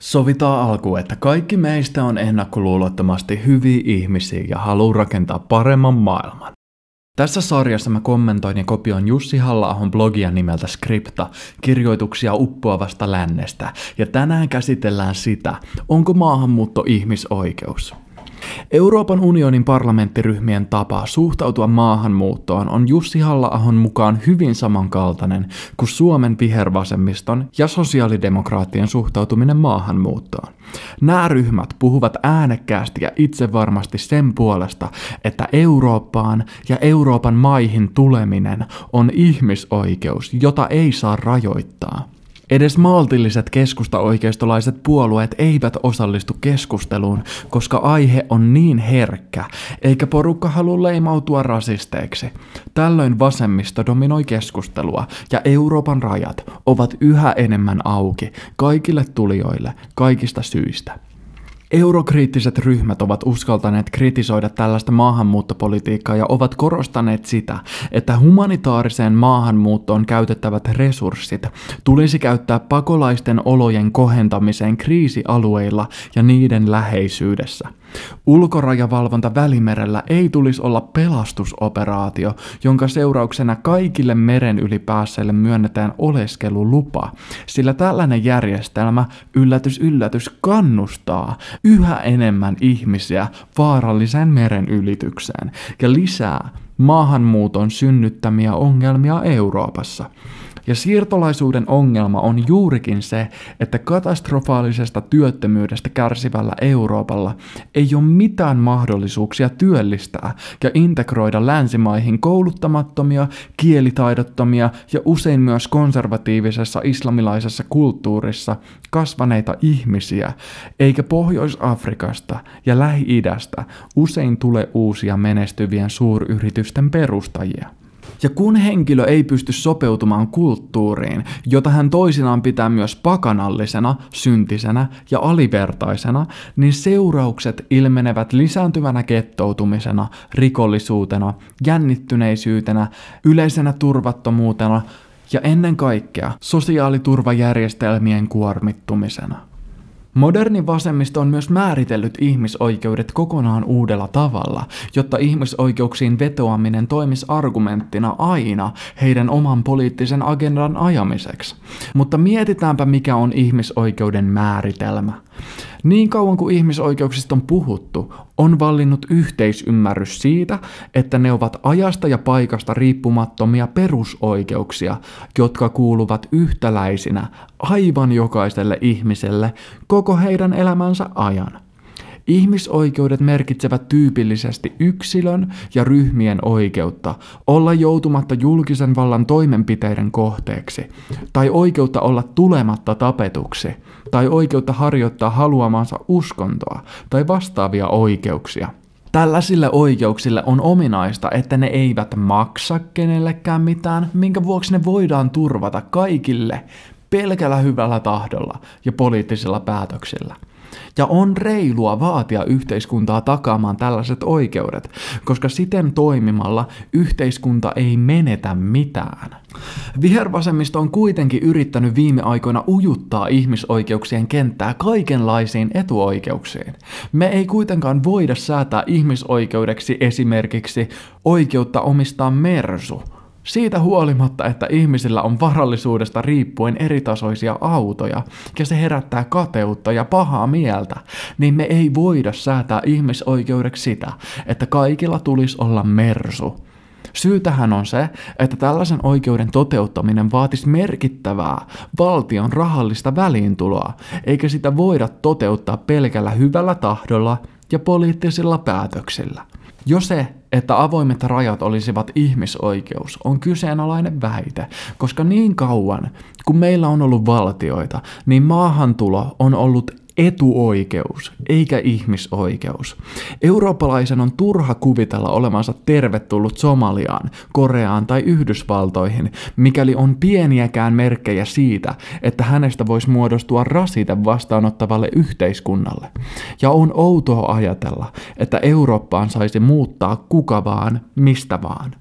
Sovitaan alkuun, että kaikki meistä on ennakkoluulottomasti hyviä ihmisiä ja haluaa rakentaa paremman maailman. Tässä sarjassa mä kommentoin ja kopioin Jussi Halla-ahon blogia nimeltä Skripta, kirjoituksia uppoavasta lännestä, ja tänään käsitellään sitä, onko maahanmuutto ihmisoikeus. Euroopan unionin parlamenttiryhmien tapa suhtautua maahanmuuttoon on Jussi Halla-ahon mukaan hyvin samankaltainen kuin Suomen vihervasemmiston ja sosiaalidemokraattien suhtautuminen maahanmuuttoon. Nämä ryhmät puhuvat äänekkäästi ja itsevarmasti sen puolesta, että Eurooppaan ja Euroopan maihin tuleminen on ihmisoikeus, jota ei saa rajoittaa. Edes maltilliset keskustaoikeistolaiset puolueet eivät osallistu keskusteluun, koska aihe on niin herkkä, eikä porukka halua leimautua rasisteiksi. Tällöin vasemmisto dominoi keskustelua ja Euroopan rajat ovat yhä enemmän auki kaikille tulijoille kaikista syistä. Eurokriittiset ryhmät ovat uskaltaneet kritisoida tällaista maahanmuuttopolitiikkaa ja ovat korostaneet sitä, että humanitaariseen maahanmuuttoon käytettävät resurssit tulisi käyttää pakolaisten olojen kohentamiseen kriisialueilla ja niiden läheisyydessä. Ulkorajavalvonta Välimerellä ei tulisi olla pelastusoperaatio, jonka seurauksena kaikille meren yli päässeille myönnetään oleskelulupa, sillä tällainen järjestelmä, yllätys yllätys, kannustaa yhä enemmän ihmisiä vaaralliseen meren ylitykseen ja lisää maahanmuuton synnyttämiä ongelmia Euroopassa. Ja siirtolaisuuden ongelma on juurikin se, että katastrofaalisesta työttömyydestä kärsivällä Euroopalla ei ole mitään mahdollisuuksia työllistää ja integroida länsimaihin kouluttamattomia, kielitaidottomia ja usein myös konservatiivisessa islamilaisessa kulttuurissa kasvaneita ihmisiä, eikä Pohjois-Afrikasta ja Lähi-idästä usein tule uusia menestyvien suuryritysten perustajia. Ja kun henkilö ei pysty sopeutumaan kulttuuriin, jota hän toisinaan pitää myös pakanallisena, syntisenä ja alivertaisena, niin seuraukset ilmenevät lisääntyvänä gettoutumisena, rikollisuutena, jännittyneisyytenä, yleisenä turvattomuutena ja ennen kaikkea sosiaaliturvajärjestelmien kuormittumisena. Moderni vasemmisto on myös määritellyt ihmisoikeudet kokonaan uudella tavalla, jotta ihmisoikeuksiin vetoaminen toimisi argumenttina aina heidän oman poliittisen agendan ajamiseksi. Mutta mietitäänpä, mikä on ihmisoikeuden määritelmä. Niin kauan kuin ihmisoikeuksista on puhuttu, on vallinnut yhteisymmärrys siitä, että ne ovat ajasta ja paikasta riippumattomia perusoikeuksia, jotka kuuluvat yhtäläisinä aivan jokaiselle ihmiselle koko heidän elämänsä ajan. Ihmisoikeudet merkitsevät tyypillisesti yksilön ja ryhmien oikeutta olla joutumatta julkisen vallan toimenpiteiden kohteeksi, tai oikeutta olla tulematta tapetuksi, tai oikeutta harjoittaa haluamansa uskontoa tai vastaavia oikeuksia. Tällaisille oikeuksille on ominaista, että ne eivät maksa kenellekään mitään, minkä vuoksi ne voidaan turvata kaikille pelkällä hyvällä tahdolla ja poliittisilla päätöksillä. Ja on reilua vaatia yhteiskuntaa takaamaan tällaiset oikeudet, koska siten toimimalla yhteiskunta ei menetä mitään. Vihervasemmisto on kuitenkin yrittänyt viime aikoina ujuttaa ihmisoikeuksien kenttää kaikenlaisiin etuoikeuksiin. Me ei kuitenkaan voida säätää ihmisoikeudeksi esimerkiksi oikeutta omistaa mersu. Siitä huolimatta, että ihmisillä on varallisuudesta riippuen eritasoisia autoja ja se herättää kateutta ja pahaa mieltä, niin me ei voida säätää ihmisoikeudeksi sitä, että kaikilla tulisi olla mersu. Syy tähän on se, että tällaisen oikeuden toteuttaminen vaatisi merkittävää valtion rahallista väliintuloa, eikä sitä voida toteuttaa pelkällä hyvällä tahdolla ja poliittisilla päätöksillä. Jo se, että avoimet rajat olisivat ihmisoikeus, on kyseenalainen väite, koska niin kauan, kun meillä on ollut valtioita, niin maahantulo on ollut etuoikeus, eikä ihmisoikeus. Eurooppalaisen on turha kuvitella olevansa tervetullut Somaliaan, Koreaan tai Yhdysvaltoihin, mikäli on pieniäkään merkkejä siitä, että hänestä voisi muodostua rasite vastaanottavalle yhteiskunnalle. Ja on outoa ajatella, että Eurooppaan saisi muuttaa kuka vaan, mistä vaan.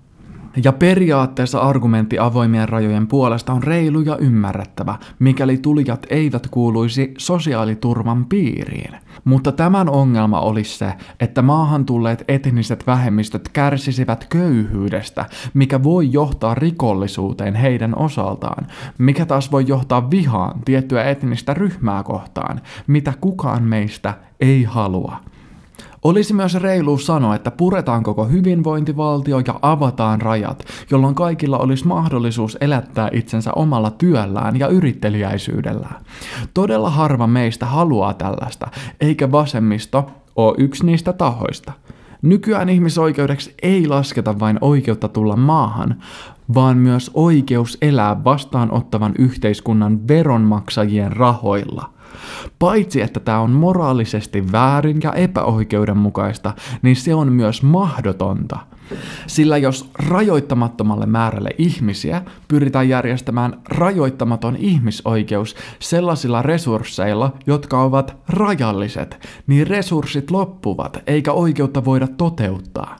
Ja periaatteessa argumentti avoimien rajojen puolesta on reilu ja ymmärrettävä, mikäli tulijat eivät kuuluisi sosiaaliturvan piiriin. Mutta tämän ongelma olisi se, että maahan tulleet etniset vähemmistöt kärsisivät köyhyydestä, mikä voi johtaa rikollisuuteen heidän osaltaan, mikä taas voi johtaa vihaan tiettyä etnistä ryhmää kohtaan, mitä kukaan meistä ei halua. Olisi myös reilu sanoa, että puretaan koko hyvinvointivaltio ja avataan rajat, jolloin kaikilla olisi mahdollisuus elättää itsensä omalla työllään ja yritteliäisyydellään. Todella harva meistä haluaa tällaista, eikä vasemmisto ole yksi niistä tahoista. Nykyään ihmisoikeudeksi ei lasketa vain oikeutta tulla maahan, vaan myös oikeus elää vastaanottavan yhteiskunnan veronmaksajien rahoilla. Paitsi että tämä on moraalisesti väärin ja epäoikeudenmukaista, niin se on myös mahdotonta. Sillä jos rajoittamattomalle määrälle ihmisiä pyritään järjestämään rajoittamaton ihmisoikeus sellaisilla resursseilla, jotka ovat rajalliset, niin resurssit loppuvat eikä oikeutta voida toteuttaa.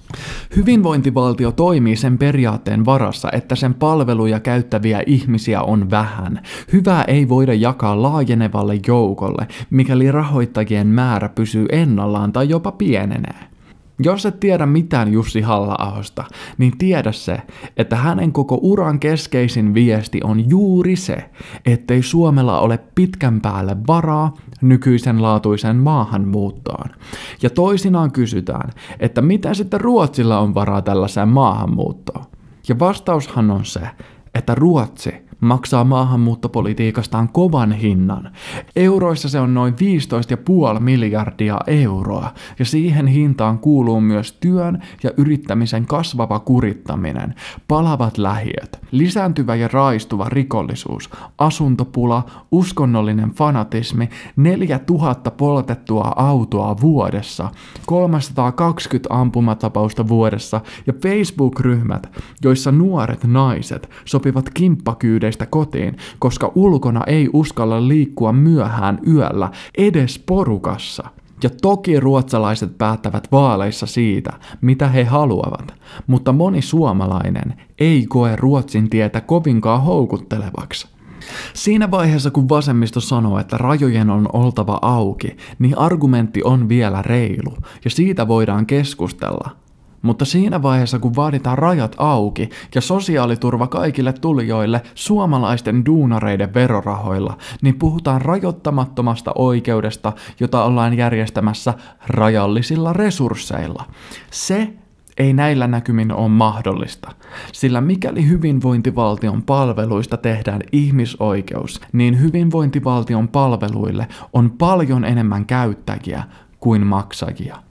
Hyvinvointivaltio toimii sen periaatteen varassa, että sen palveluja käyttäviä ihmisiä on vähän. Hyvää ei voida jakaa laajenevalle joukolle, mikäli rahoittajien määrä pysyy ennallaan tai jopa pienenee. Jos et tiedä mitään Jussi Halla-ahosta, niin tiedä se, että hänen koko uran keskeisin viesti on juuri se, ettei Suomella ole pitkän päälle varaa nykyisen laatuisen maahanmuuttoon. Ja toisinaan kysytään, että miten sitten Ruotsilla on varaa tällaiseen maahanmuuttoon? Ja vastaushan on se, että Ruotsi maksaa maahanmuuttopolitiikastaan kovan hinnan. Euroissa se on noin 15,5 miljardia euroa, ja siihen hintaan kuuluu myös työn ja yrittämisen kasvava kurittaminen, palavat lähiöt, lisääntyvä ja raistuva rikollisuus, asuntopula, uskonnollinen fanatismi, 4000 poltettua autoa vuodessa, 320 ampumatapausta vuodessa ja Facebook-ryhmät, joissa nuoret naiset sopivat kimppakyydeistä kotiin, koska ulkona ei uskalla liikkua myöhään yöllä edes porukassa. Ja toki ruotsalaiset päättävät vaaleissa siitä, mitä he haluavat, mutta moni suomalainen ei koe Ruotsin tietä kovinkaan houkuttelevaksi. Siinä vaiheessa, kun vasemmisto sanoo, että rajojen on oltava auki, niin argumentti on vielä reilu, ja siitä voidaan keskustella. Mutta siinä vaiheessa, kun vaaditaan rajat auki ja sosiaaliturva kaikille tulijoille suomalaisten duunareiden verorahoilla, niin puhutaan rajoittamattomasta oikeudesta, jota ollaan järjestämässä rajallisilla resursseilla. Se ei näillä näkymin ole mahdollista, sillä mikäli hyvinvointivaltion palveluista tehdään ihmisoikeus, niin hyvinvointivaltion palveluille on paljon enemmän käyttäjiä kuin maksajia.